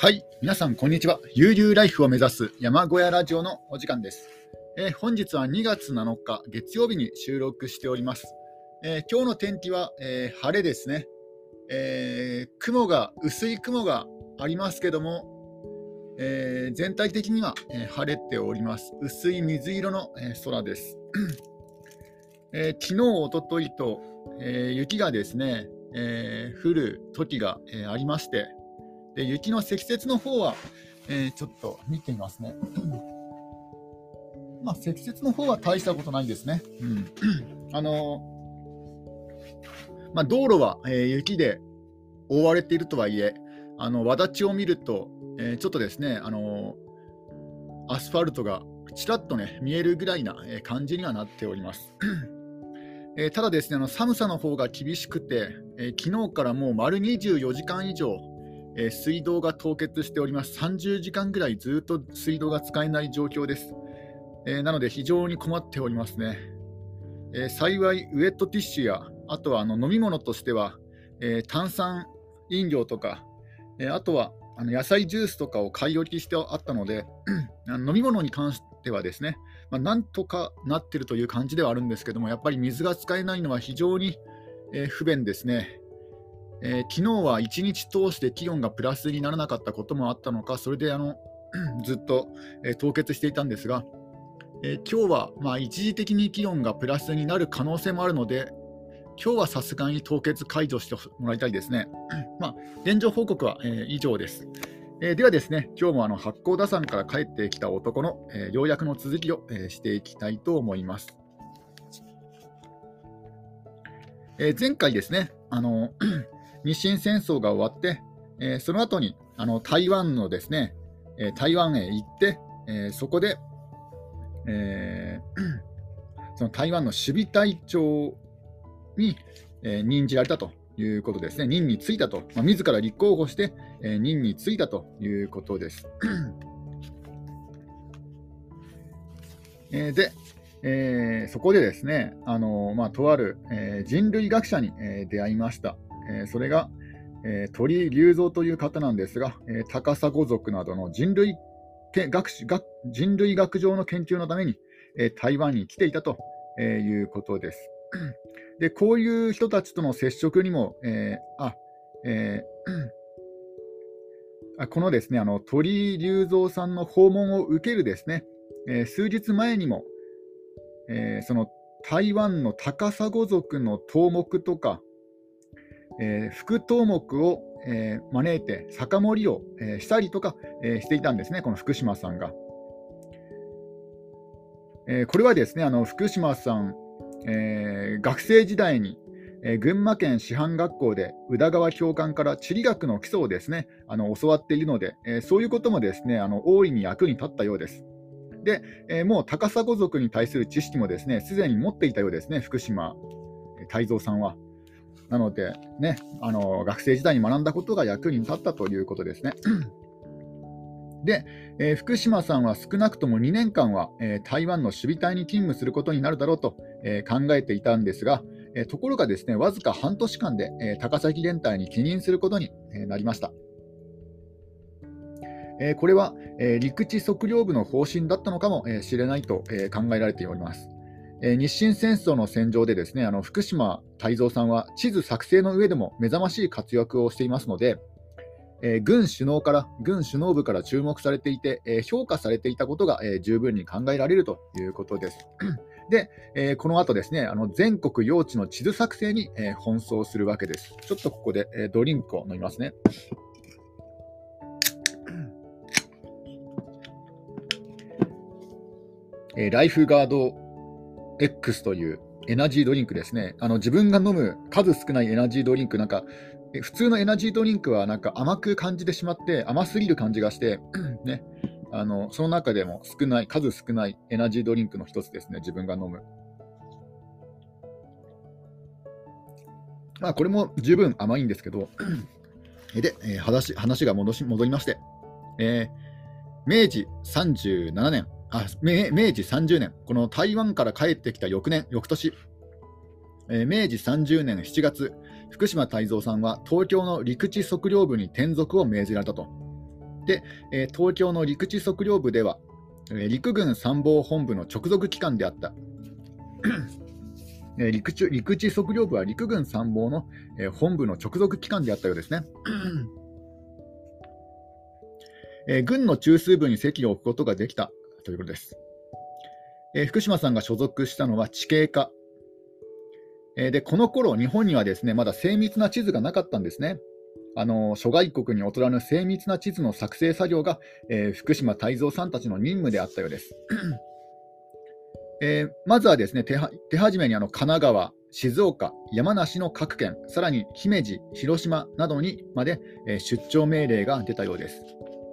はい、皆さんこんにちは。悠々ライフを目指す山小屋ラジオのお時間です。本日は2月7日月曜日に収録しております。今日の天気は、晴れですね。薄い雲がありますけども、全体的には、晴れております。薄い水色の、空です。昨日、おとといと、雪がですね、降る時が、ありまして、で雪の積雪の方は、ちょっと見てみますね。積雪の方は大したことないですね。道路は、雪で覆われているとはいえ、轍を見ると、ちょっとですね、アスファルトがちらっとね見えるぐらいな、感じにはなっております。ただですね、寒さの方が厳しくて、昨日からもう丸24時間以上、水道が凍結しております。30時間ぐらいずっと水道が使えない状況です。なので非常に困っておりますね。幸いウエットティッシュや、あとは飲み物としては、炭酸飲料とか、あとは野菜ジュースとかを買い置きしてあったので飲み物に関してはですね、なんとかなっているという感じではあるんですけども、やっぱり水が使えないのは非常に、不便ですね。昨日は1日通して気温がプラスにならなかったこともあったのか、それでずっと、凍結していたんですが、今日は一時的に気温がプラスになる可能性もあるので、今日はさすがに凍結解除してもらいたいですね。現状報告は、以上です。ではですね、今日も八甲田山から帰ってきた男の、要約の続きを、していきたいと思います。前回ですね、日清戦争が終わって、その後に台湾のですね、台湾へ行って、そこで、その台湾の守備隊長に、任じられたということですね。任に就いたと、自ら立候補して、任に就いたということです。で、そこでですね、とある、人類学者に、出会いました。それが、鳥居隆三という方なんですが、高砂族などの人類学上の研究のために、台湾に来ていたと、いうことです。で、こういう人たちとの接触にも、このですね、鳥居隆三さんの訪問を受けるですね、数日前にも、その台湾の高砂族の頭目とか、副頭目を、招いて酒盛りを、したりとか、していたんですね、この福島さんが。これはですね、福島さん、学生時代に、群馬県師範学校で宇田川教官から地理学の基礎をですね教わっているので、そういうこともですね大いに役に立ったようです。で、もう高砂族に対する知識もですねすでに持っていたようですね、福島泰三さんは。なので、ね、学生時代に学んだことが役に立ったということですね。で、福島さんは少なくとも2年間は、台湾の守備隊に勤務することになるだろうと、考えていたんですが、ところがですね、わずか半年間で、高崎連隊に帰任することに、なりました。これは、陸地測量部の方針だったのかもしれないと、考えられております。日清戦争の戦場でですね福島泰三さんは地図作成の上でも目覚ましい活躍をしていますので、軍首脳部から注目されていて、評価されていたことが、十分に考えられるということです。で、この後ですね全国用地の地図作成に、奔走するわけです。ちょっとここで、ドリンクを飲みますね。ライフガード X というエナジードリンクですね。自分が飲む数少ないエナジードリンク、普通のエナジードリンクは甘く感じてしまって甘すぎる感じがしてね、その中でも数少ないエナジードリンクの一つですね、自分が飲む。これも十分甘いんですけどで、話が戻りまして、明治37年明治30年、この台湾から帰ってきた翌年、翌年、明治30年7月、福島泰三さんは東京の陸地測量部に転属を命じられたと。 で、東京の陸地測量部では、陸軍参謀本部の直属機関であった。陸地測量部は陸軍参謀の、本部の直属機関であったようですね。軍の中枢部に席を置くことができたということです。福島さんが所属したのは地形課。でこの頃日本にはですねまだ精密な地図がなかったんですね。諸外国に劣らぬ精密な地図の作成作業が、福島泰三さんたちの任務であったようです。まずはですね手始めに神奈川、静岡、山梨の各県、さらに姫路、広島などにまで、出張命令が出たようです。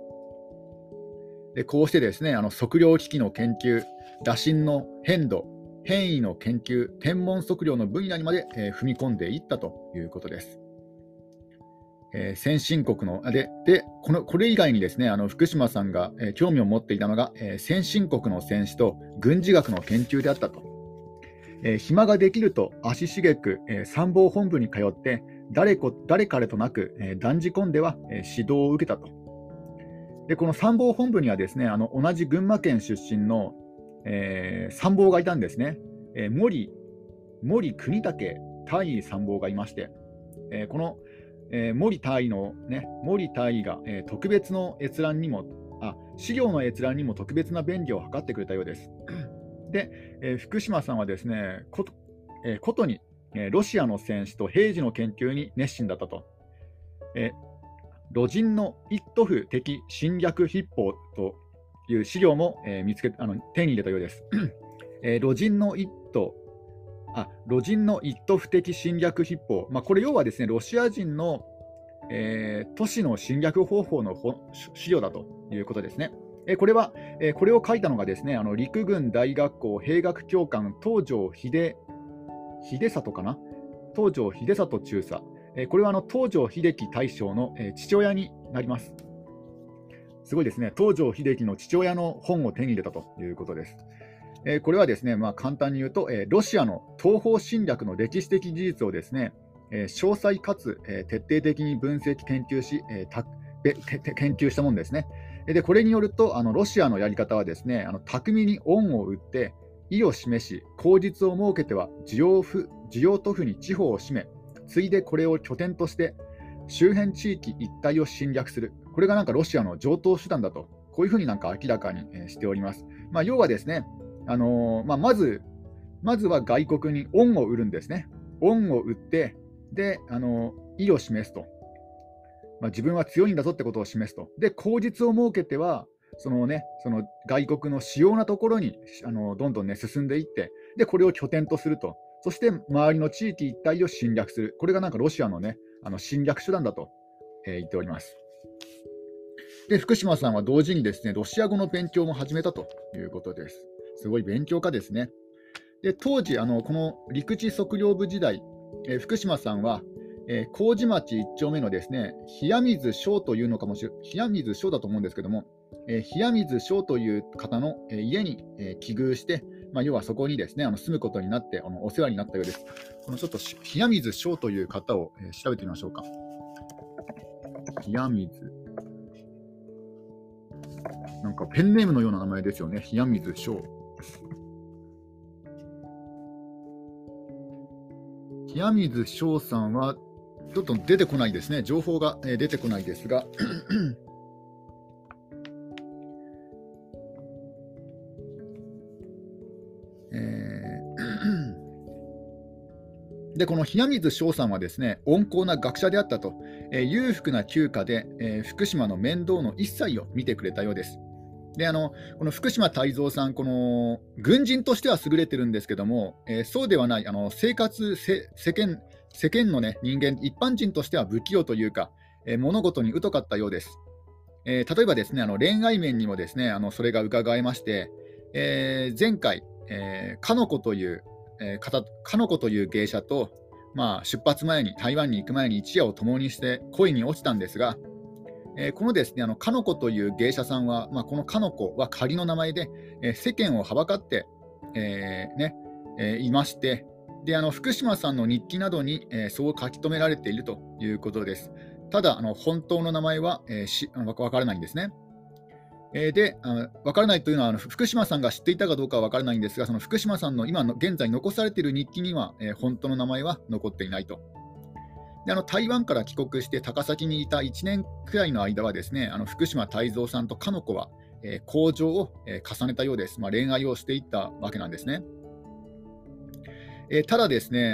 でこうしてですね測量機器の研究、打震の変動、変異の研究、天文測量の分野にまで、踏み込んでいったということです。先進国のこれ以外にですね福島さんが、興味を持っていたのが、先進国の戦士と軍事学の研究であったと。暇ができると足しげく、参謀本部に通って誰彼となく、断じ込んでは、指導を受けたと。でこの参謀本部にはですね同じ群馬県出身の、参謀がいたんですね。森国武大尉参謀がいまして、この森大尉が、特別の閲覧にも資料の閲覧にも特別な便宜を図ってくれたようです。で、福島さんはですねことに、ロシアの戦士と平時の研究に熱心だったと。ロジンの一都府的侵略筆法という資料も、手に入れたようです。ロジンの一都府的侵略筆法、これ要はですねロシア人の、都市の侵略方法の資料だということですね。これを書いたのがですね陸軍大学校兵学教官東條秀里中佐、これは東條英機大将の、父親になります。すごいですね。東條英機の父親の本を手に入れたということです。これはですね、簡単に言うと、ロシアの東方侵略の歴史的事実をですね、詳細かつ、徹底的に分析研究し、研究したものですね。でこれによるとロシアのやり方はですね巧みに恩を売って意を示し口実を設けては需要都府に地方を占め、ついでこれを拠点として周辺地域一帯を侵略する。これがロシアの常套手段だと、こういうふうに明らかにしております。要はですね、まずは外国に恩を売るんですね。恩を売って、で意を示すと。自分は強いんだぞってことを示すと。で、口実を設けては、その外国の主要なところにどんどん進んでいって、で、これを拠点とすると。そして周りの地域一帯を侵略する。これがロシアの侵略手段だと、言っております。で、福島さんは同時にですね、ロシア語の勉強も始めたということです。すごい勉強家ですね。で、当時、この陸地測量部時代、福島さんは、麹町1丁目のですね、冷水翔というのかもしれない、冷水翔だと思うんですけども、冷水翔という方の、家に、寄寓して、要はそこにですね住むことになってお世話になったようです。このちょっと冷水翔という方を、調べてみましょうか。冷水、ペンネームのような名前ですよね。冷水翔。冷水翔さんはちょっと出てこないですね。情報が出てこないですがでこの冷水翔さんはですね温厚な学者であったと、裕福な休暇で、福島の面倒の一切を見てくれたようです。でこの福島泰三さん、この軍人としては優れてるんですけども、そうではない世間の、人間、一般人としては不器用というか、物事に疎かったようです。例えばですね恋愛面にもですねそれが伺えまして、前回、かのこという芸者と、出発前に台湾に行く前に一夜を共にして恋に落ちたんですが、このですねかのこという芸者さんは、このかのこは仮の名前で、世間をはばかって、いまして、で福島さんの日記などに、そう書き留められているということです。 ただ本当の名前は、わからないんですね。で、わからないというのは福島さんが知っていたかどうかはわからないんですが、その福島さんの今の現在残されている日記には、本当の名前は残っていないと。で台湾から帰国して高崎にいた1年くらいの間はですね、福島泰三さんとかの子は、交情を、重ねたようです。恋愛をしていったわけなんですね。ただですね、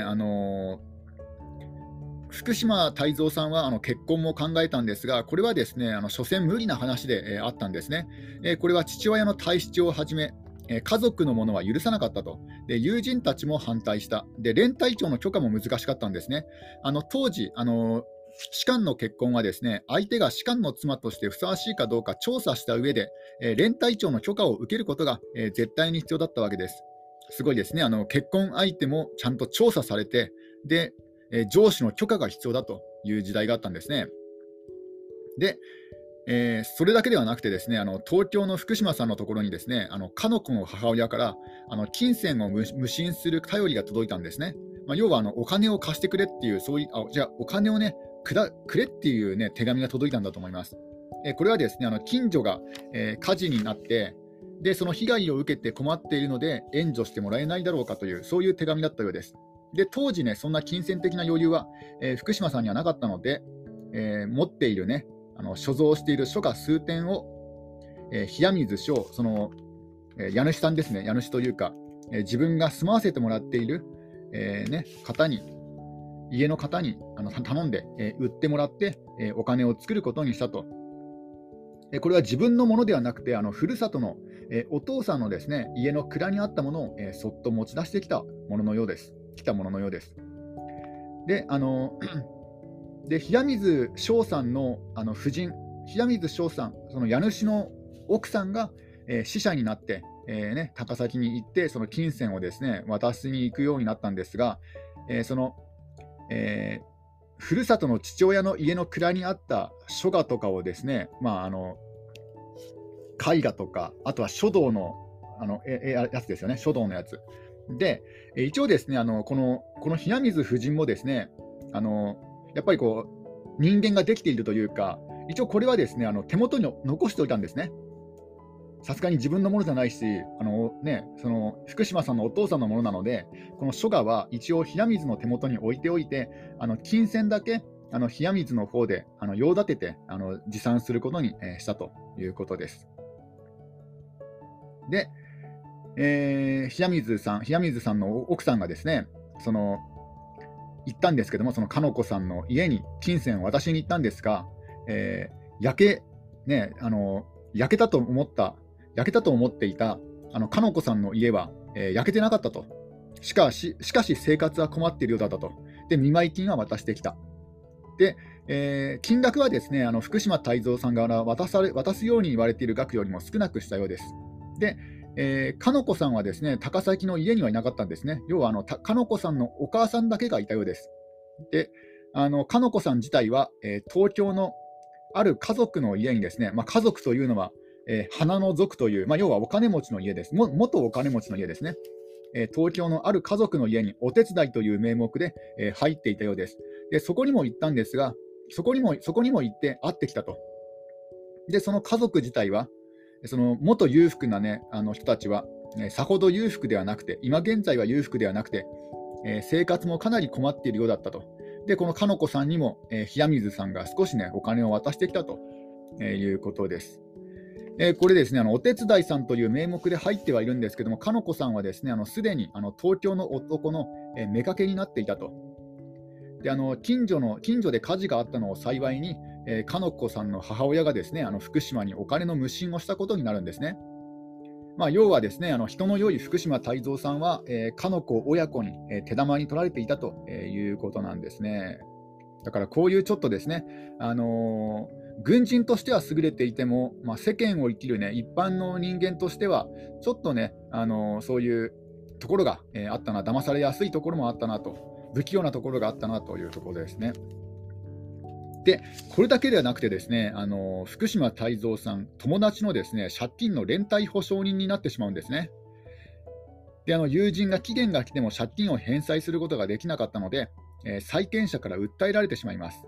福島泰三さんは結婚も考えたんですが、これはですね所詮無理な話で、あったんですね。これは父親の体質をはじめ、家族の者は許さなかったと。で友人たちも反対した。で連隊長の許可も難しかったんですね。当時士官の結婚はですね、相手が士官の妻としてふさわしいかどうか調査した上で、連隊長の許可を受けることが、絶対に必要だったわけです。すごいですね。結婚相手もちゃんと調査されて、で、上司の許可が必要だという時代があったんですね。で、それだけではなくてですね、東京の福島さんのところにですね、かの子の母親から金銭を無心する頼りが届いたんですね。要はお金を貸してくれっていう、そういうじゃあお金をねくれっていう、ね、手紙が届いたんだと思います。これはですね近所が、火事になって、でその被害を受けて困っているので援助してもらえないだろうかという、そういう手紙だったようです。で当時ね、そんな金銭的な余裕は、福島さんにはなかったので、持っているね所蔵している書画数点を、冷水翔、その、家主さんですね、家主というか、自分が住まわせてもらっている、方に、家の方に頼んで、売ってもらって、お金を作ることにしたと。これは自分のものではなくて、ふるさとの、お父さんのですね家の蔵にあったものを、そっと持ち出してきたもののようです。で、冷水翔さんの、夫人、冷水翔さん、その家主の奥さんが、死者になって、高崎に行って、その金銭をですね渡しに行くようになったんですが、その、ふるさとの父親の家の蔵にあった書画とかをですね、絵画とか、あとは書道のやつですよね、書道のやつ。で、一応ですね、この冷水夫人もですね、やっぱりこう人間ができているというか、一応これはですね手元に残しておいたんですね。さすがに自分のものじゃないし、その福島さんのお父さんのものなので、この書画は一応冷水の手元に置いておいて、金銭だけ冷水の方で用立てて持参することに、したということです。で、冷水さんの奥さんがですね、行ったんですけども、そのかのこさんの家に金銭を渡しに行ったんですが、焼けたと思っていたかのこさんの家は、焼けてなかったと。しかし生活は困っているようだったと。で見舞金は渡してきた。で、金額はですね福島泰三さん側渡すように言われている額よりも少なくしたようです。でかのこさんはですね高崎の家にはいなかったんですね。要はかのこさんのお母さんだけがいたようです。でかのこさん自体は、東京のある家族の家にですね、家族というのは、花の族という、要はお金持ちの家です。元お金持ちの家ですね。東京のある家族の家にお手伝いという名目で、入っていたようです。でそこにも行ったんですが、そこにも行って会ってきたと。でその家族自体は、その元裕福な、人たちは、さほど裕福ではなくて、今現在は裕福ではなくて、生活もかなり困っているようだったと。でこのかのこさんにも、冷水さんが少しねお金を渡してきたと、いうことです。これですねお手伝いさんという名目で入ってはいるんですけども、かのこさんはですねすでに東京の男の、妾になっていたと。で近所で火事があったのを幸いに、かのこさんの母親がですね福島にお金の無心をしたことになるんですね。要はですね人の良い福島泰三さんは、かのこ親子に、手玉に取られていたと、いうことなんですね。だからこういうちょっとですね、軍人としては優れていても、世間を生きる、一般の人間としてはちょっとね、そういうところが、あったな、騙されやすいところもあったなと、不器用なところがあったなというところですね。でこれだけではなくてですね福島泰三さん、友達のですね借金の連帯保証人になってしまうんですね。で友人が期限が来ても借金を返済することができなかったので、債権者から訴えられてしまいます。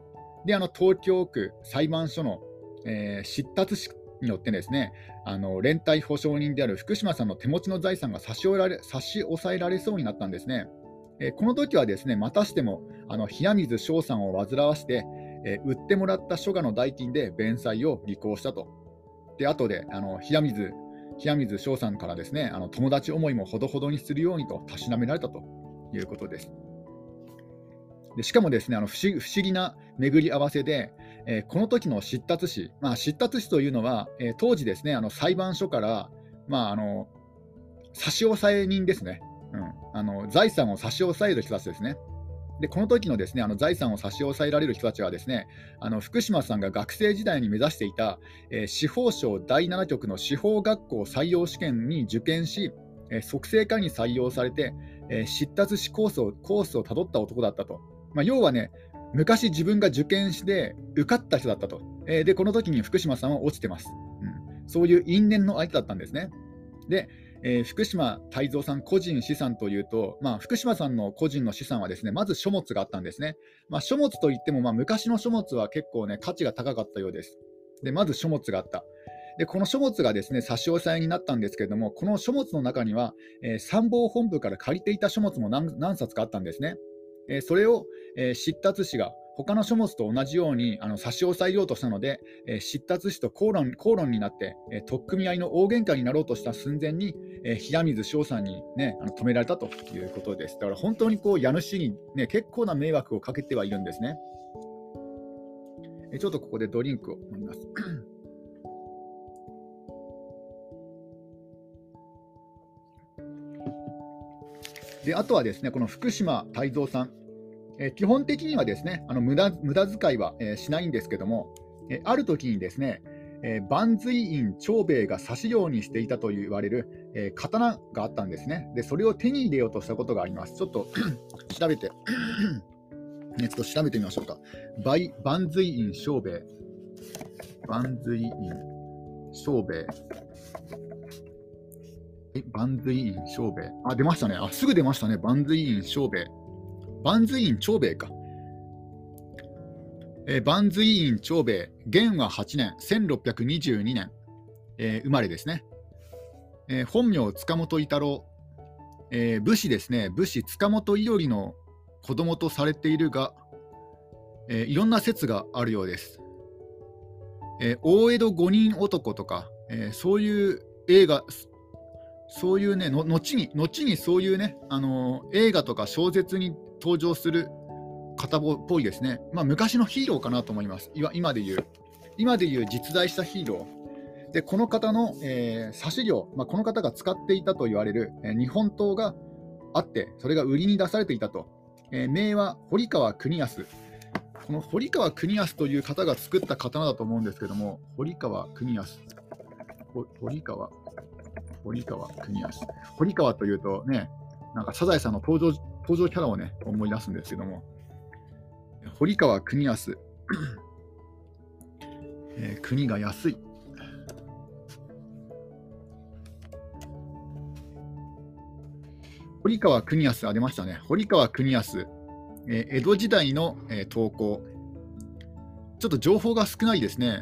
で、東京区裁判所の、失達しによってですね、連帯保証人である福島さんの手持ちの財産が差し押さえられそうになったんですね。この時はですね、またしても冷や水翔さんを煩わして、売ってもらった書画の代金で弁済を履行したと。で、後で冷や水翔さんからですね、友達思いもほどほどにするようにとたしなめられたということです。でしかもですね、不思議な巡り合わせで、この時の失達士、失達士というのは、当時ですね、裁判所から、差し押さえ人ですね、財産を差し押さえる人たちですね。でこの時のですね、財産を差し押さえられる人たちはですね、福島さんが学生時代に目指していた、司法省第7局の司法学校採用試験に受験し、即成科に採用されて、失達士コースをたどった男だったと。要はね、昔自分が受験して受かった人だったと。でこの時に福島さんは落ちてます。そういう因縁の相手だったんですね。で福島泰造さん個人資産というと、福島さんの個人の資産はですね、まず書物があったんですね。書物といっても、昔の書物は結構ね、価値が高かったようです。でまず書物があった。でこの書物がですね、差し押さえになったんですけれども、この書物の中には、参謀本部から借りていた書物も何冊かあったんですね。それを、失達士が他の書物と同じように差し押さえようとしたので、失達士と口論になって、取っ組み合いの大喧嘩になろうとした寸前に、冷や水翔さんに、止められたということです。だから本当に家主に、結構な迷惑をかけてはいるんですね。ちょっとここでドリンクを飲みます。であとはですね、この福島泰造さん、基本的にはですね、無駄遣いは、しないんですけども、ある時にですね、万随院長兵衛が刺すようにしていたと言われる、刀があったんですね。でそれを手に入れようとしたことがあります。ちょっと調べてちょっと調べてみましょうか。万随院長兵衛、万随院長兵衛、万随院長兵衛、出ましたね。すぐ出ましたね。万随院長兵衛、万随院長兵衛か。万随院長兵衛、元和8年、1622年、生まれですね。本名、塚本伊太郎、武士ですね、武士塚本伊織の子供とされているが、いろんな説があるようです。大江戸五人男とか、そういう映画、そういうね、後にそういうね、映画とか小説に登場する方っぽいですね。昔のヒーローかなと思います。今でいう実在したヒーローで、この方の、刺し業、この方が使っていたと言われる、日本刀があって、それが売りに出されていたと。名は堀川国康。この堀川国康という方が作った刀だと思うんですけども、堀川国康、堀川国康、堀川というとね、なんかサザエさんの登場キャラをね思い出すんですけども、堀川国康、国が安い。堀川国康、出ましたね。堀川国康、江戸時代の、投稿。ちょっと情報が少ないですね。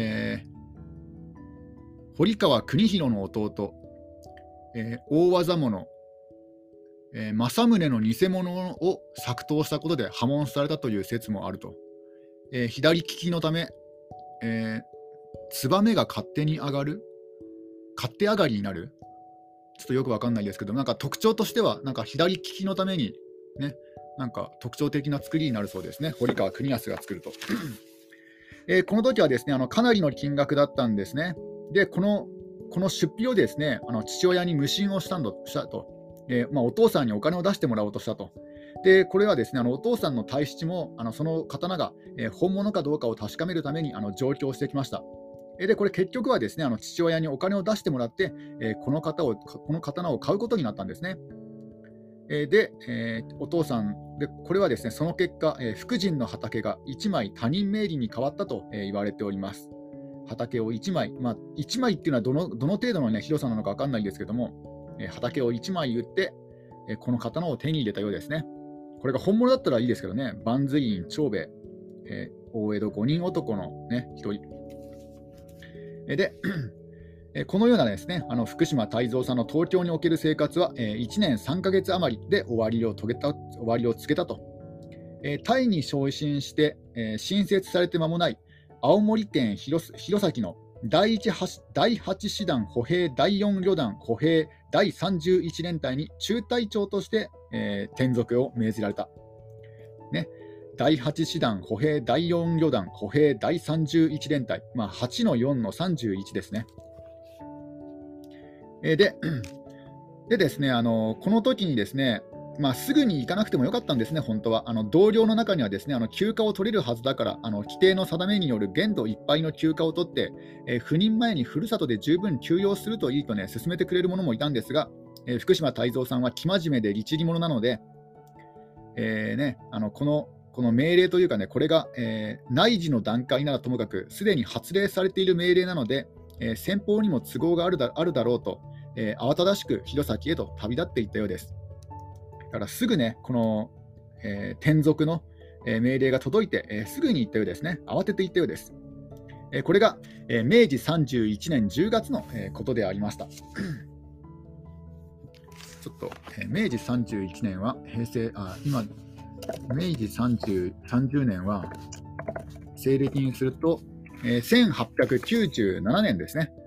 堀川国広の弟、大技者、政宗の偽物を作刀したことで破門されたという説もあると。左利きのため、ツバメが勝手上がりになる、ちょっとよくわかんないですけど、なんか特徴としては、なんか左利きのために、ね、なんか特徴的な作りになるそうですね、堀川国康が作ると。この時はですね、かなりの金額だったんですね。で、この出費をですね、父親に無心をしたと。お父さんにお金を出してもらおうとしたと。でこれはですね、お父さんの太七もその刀が、本物かどうかを確かめるために上京してきました。でこれ結局はですね、父親にお金を出してもらって、この刀を買うことになったんですね。で、お父さんで、これはですね、その結果、福神の畑が1枚他人名義に変わったと、言われております。畑を1枚、1枚っていうのはどの程度の、広さなのか分かんないですけども、畑を1枚売って、この刀を手に入れたようですね。これが本物だったらいいですけどね、万随院長兵衛、 大江戸五人男の、ね、一人でこのようなですね、福島泰造さんの東京における生活は、1年3ヶ月余りで終わりを告げたと。タイに昇進して、新設されて間もない青森県弘前の第8師団歩兵第4旅団歩兵第31連隊に中隊長として、転属を命じられた。ね、第8師団歩兵第4旅団歩兵第31連隊、8の4の31ですね。でですね、この時にですね、すぐに行かなくてもよかったんですね、本当は。同僚の中にはですね、休暇を取れるはずだから、規定の定めによる限度いっぱいの休暇を取って、赴任前にふるさとで十分休養するといいとね、勧めてくれる者もいたんですが、福島泰造さんは生真面目で律儀者なので、この命令というかね、これが、内示の段階ならともかく、すでに発令されている命令なので、先方にも都合があるだろうと、慌ただしく弘前へと旅立っていったようです。だからすぐね、この、転属の、命令が届いて、すぐに行ったようですね。慌てて行ったようです。これが、明治31年10月の、ことでありました。ちょっと、明治31年は今、明治30年は西暦にすると、1897年ですね。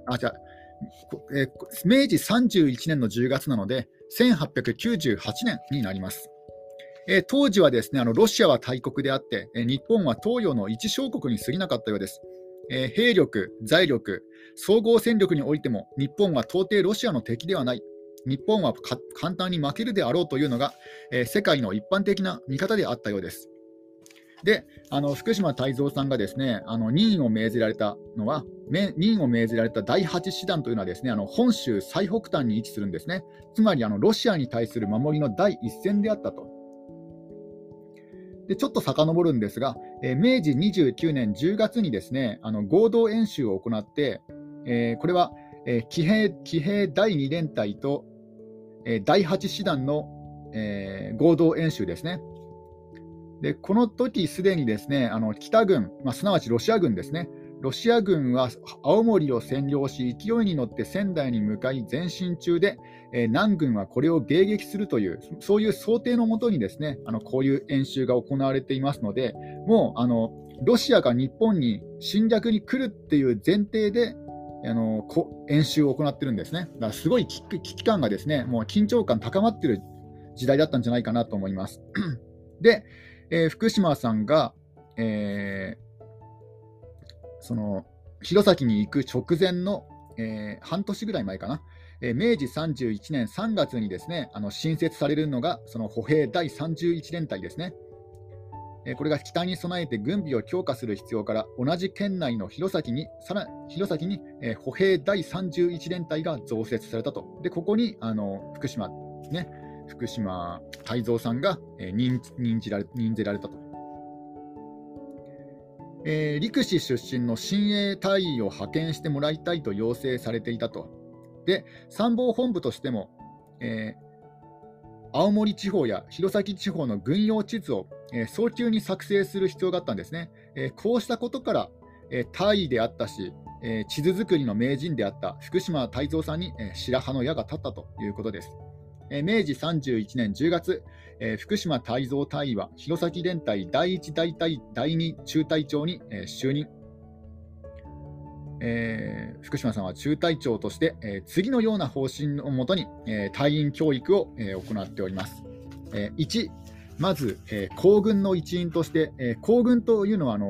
明治31年の10月なので、1898年になります。当時はですね、ロシアは大国であって、日本は東洋の一小国に過ぎなかったようです。兵力、財力、総合戦力においても、日本は到底ロシアの敵ではない。日本は簡単に負けるであろうというのが、世界の一般的な見方であったようです。で、福島泰造さんがですね、任意を命じられた第8師団というのはですね、本州最北端に位置するんですね。つまりロシアに対する守りの第一線であったと。でちょっと遡るんですが、明治29年10月にですね、合同演習を行って、これは、騎兵第2連隊と、第8師団の、合同演習ですね。でこの時すでにですね、北軍、すなわちロシア軍ですね、ロシア軍は青森を占領し、勢いに乗って仙台に向かい前進中で、南軍はこれを迎撃するという、そういう想定のもとにですね、こういう演習が行われていますので、もうロシアが日本に侵略に来るっていう前提で演習を行っているんですね。だからすごい危機感がですね、もう緊張感高まっている時代だったんじゃないかなと思います。で福島さんが、その弘前に行く直前の、半年ぐらい前かな、明治31年3月にですね、新設されるのがその歩兵第31連隊ですね。これが北に備えて軍備を強化する必要から、同じ県内の弘前に歩兵第31連隊が増設されたと。でここに福島泰造さんが任ぜられたと。陸士出身の親衛隊員を派遣してもらいたいと要請されていたと。で参謀本部としても、青森地方や弘前地方の軍用地図を、早急に作成する必要があったんですね。こうしたことから、大尉であったし、地図作りの名人であった福島泰造さんに、白羽の矢が立ったということです。明治31年10月、福島泰造大尉は弘前連隊第1大隊第2中隊長に、就任。福島さんは中隊長として、次のような方針をもとに、隊員教育を、行っております。1、まず、行軍の一員として、行軍というのは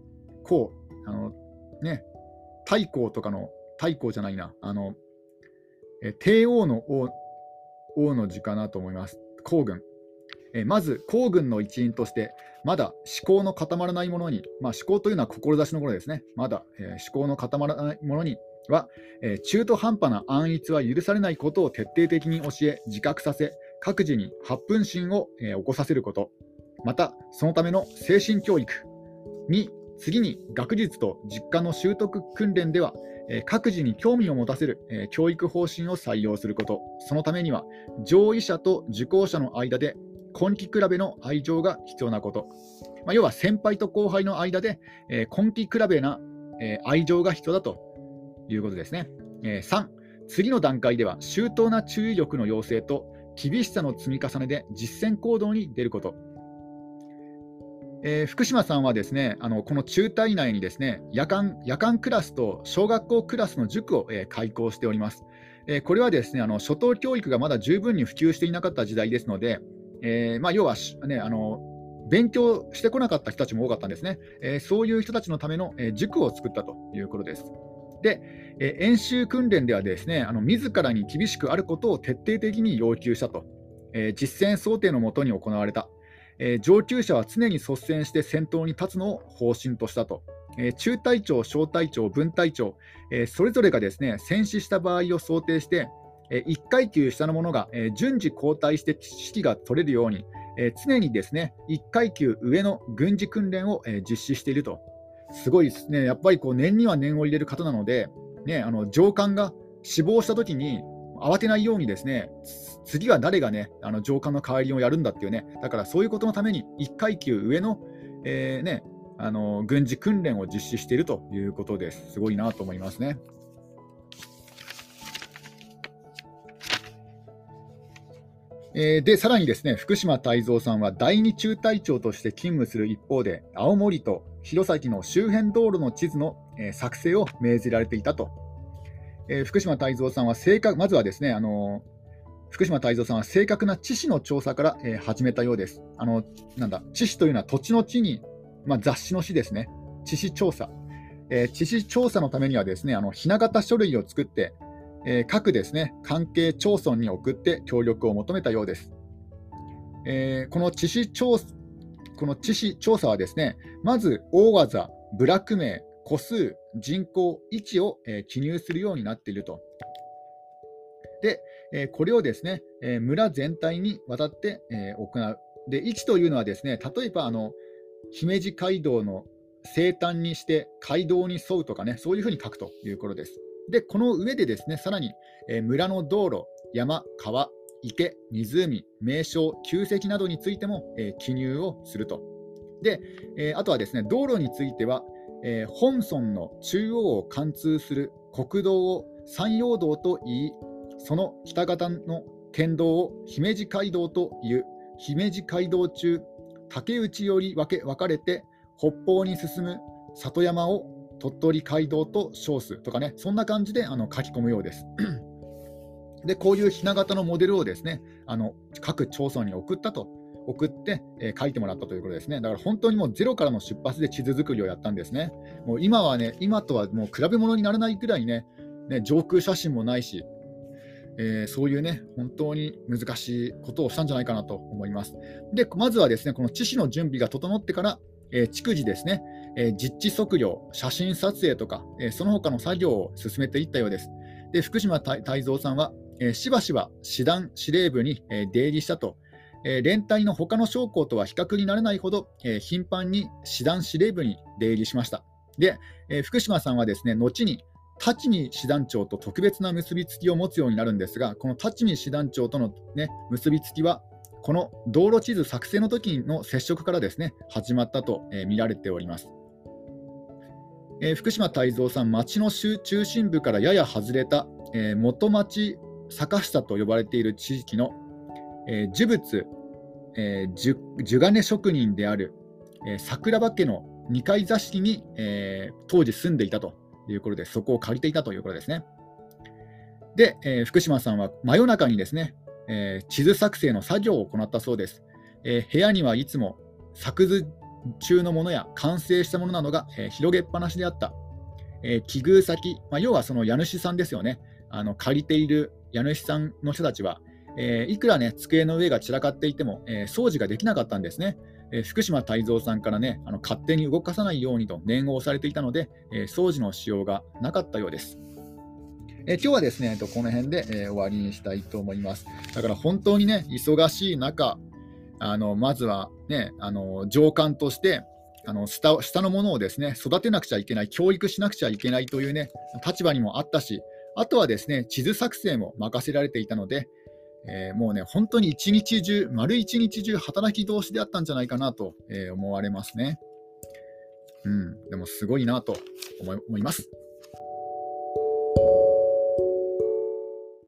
太閤とかの太閤じゃないな、帝王の王の字かなと思います。行軍。まず行軍の一員として、まだ思考の固まらないものに、思考というのは志のことですね。まだ、思考の固まらないものには、中途半端な安逸は許されないことを徹底的に教え、自覚させ、各自に発奮心を、起こさせること。また、そのための精神教育。2、次に学術と実家の習得訓練では、各自に興味を持たせる、教育方針を採用すること。そのためには、上位者と受講者の間で今期比べの愛情が必要なこと。要は先輩と後輩の間で、今期比べな、愛情が必要だということですね。3、次の段階では周到な注意力の養成と厳しさの積み重ねで実践行動に出ること。福島さんはですね、この中隊内にですね、夜間クラスと小学校クラスの塾を、開講しております。これはですね、初等教育がまだ十分に普及していなかった時代ですので、要は、ね、勉強してこなかった人たちも多かったんですね。そういう人たちのための、塾を作ったということです。で、演習訓練ではですね、自らに厳しくあることを徹底的に要求したと、実践想定のもとに行われた。上級者は常に率先して先頭に立つのを方針としたと。中隊長、小隊長、分隊長、それぞれがですね、戦死した場合を想定して、1階級下の者が、順次交代して指揮が取れるように、常にですね、1階級上の軍事訓練を、実施していると。すごいですね。やっぱり念には念を入れる方なので、上官が死亡したときに慌てないようにですね、次は誰がね、上官の代わりをやるんだっていうね、だからそういうことのために1階級上の、軍事訓練を実施しているということです。すごいなと思いますね。でさらにですね、福島泰三さんは第二中隊長として勤務する一方で、青森と弘前の周辺道路の地図の、作成を命じられていたと。福島泰三さんはまずはですね、福島泰三さんは正確な地質の調査から、始めたようです。地質というのは土地の地に、雑誌の誌ですね、地質調査。地質調査のためにはですね、ひな形書類を作って、各ですね、関係町村に送って協力を求めたようです。この地質調査はですね、まず大技、部落名、戸数、人口、位置を、記入するようになっていると。で、これをですね、村全体にわたって、行う。で、位置というのはですね、例えば姫路街道の西端にして街道に沿うとかね、そういうふうに書くということです。で、この上でですね、さらに、村の道路、山、川、池、湖、名勝、旧跡などについても、記入をすると。で、あとはですね、道路については、本村の中央を貫通する国道を山陽道と言い、その北方の県道を姫路街道という。姫路街道中、竹内より分かれて北方に進む里山を鳥取街道と称すとかね、そんな感じで書き込むようです。で、こういうひな形のモデルをですね、各町村に送って、書いてもらったということですね。だから本当にもうゼロからの出発で地図作りをやったんですね。もう今とはもう比べ物にならないくらいね、上空写真もないし、そういうね、本当に難しいことをしたんじゃないかなと思います。で、まずはですね、この地図の準備が整ってから、逐次ですね、実地測量、写真撮影とか、その他の作業を進めていったようです。で、福島泰三さんは、しばしば師団司令部に、出入りしたと。連隊の他の将校とは比較にならないほど、頻繁に師団司令部に出入りしました。で、福島さんはですね、後に立見師団長と特別な結びつきを持つようになるんですが、この立見師団長との、結びつきは、この道路地図作成の時の接触からですね、始まったと、見られております。福島泰三さん、町の中心部からやや外れた、元町坂下と呼ばれている地域の、呪物、地金職人である、桜庭家の2階座敷に、当時住んでいたということで、そこを借りていたということですね。で、福島さんは真夜中にですね、地図作成の作業を行ったそうです。部屋にはいつも作図中のものや完成したものなどが、広げっぱなしであった。寄寓先、要はその家主さんですよね。借りている家主さんの人たちは、いくらね、机の上が散らかっていても、掃除ができなかったんですね。福島泰三さんからね、勝手に動かさないようにと念を押されていたので、掃除のしようがなかったようです。今日はですね、この辺で、終わりにしたいと思います。だから本当にね、忙しい中、まずはね、上官として下のものをですね、育てなくちゃいけない、教育しなくちゃいけないというね、立場にもあったし、あとはですね、地図作成も任せられていたので、 もうね、本当に一日中、丸一日中働き通しであったんじゃないかなと、思われますね。でもすごいなと思います。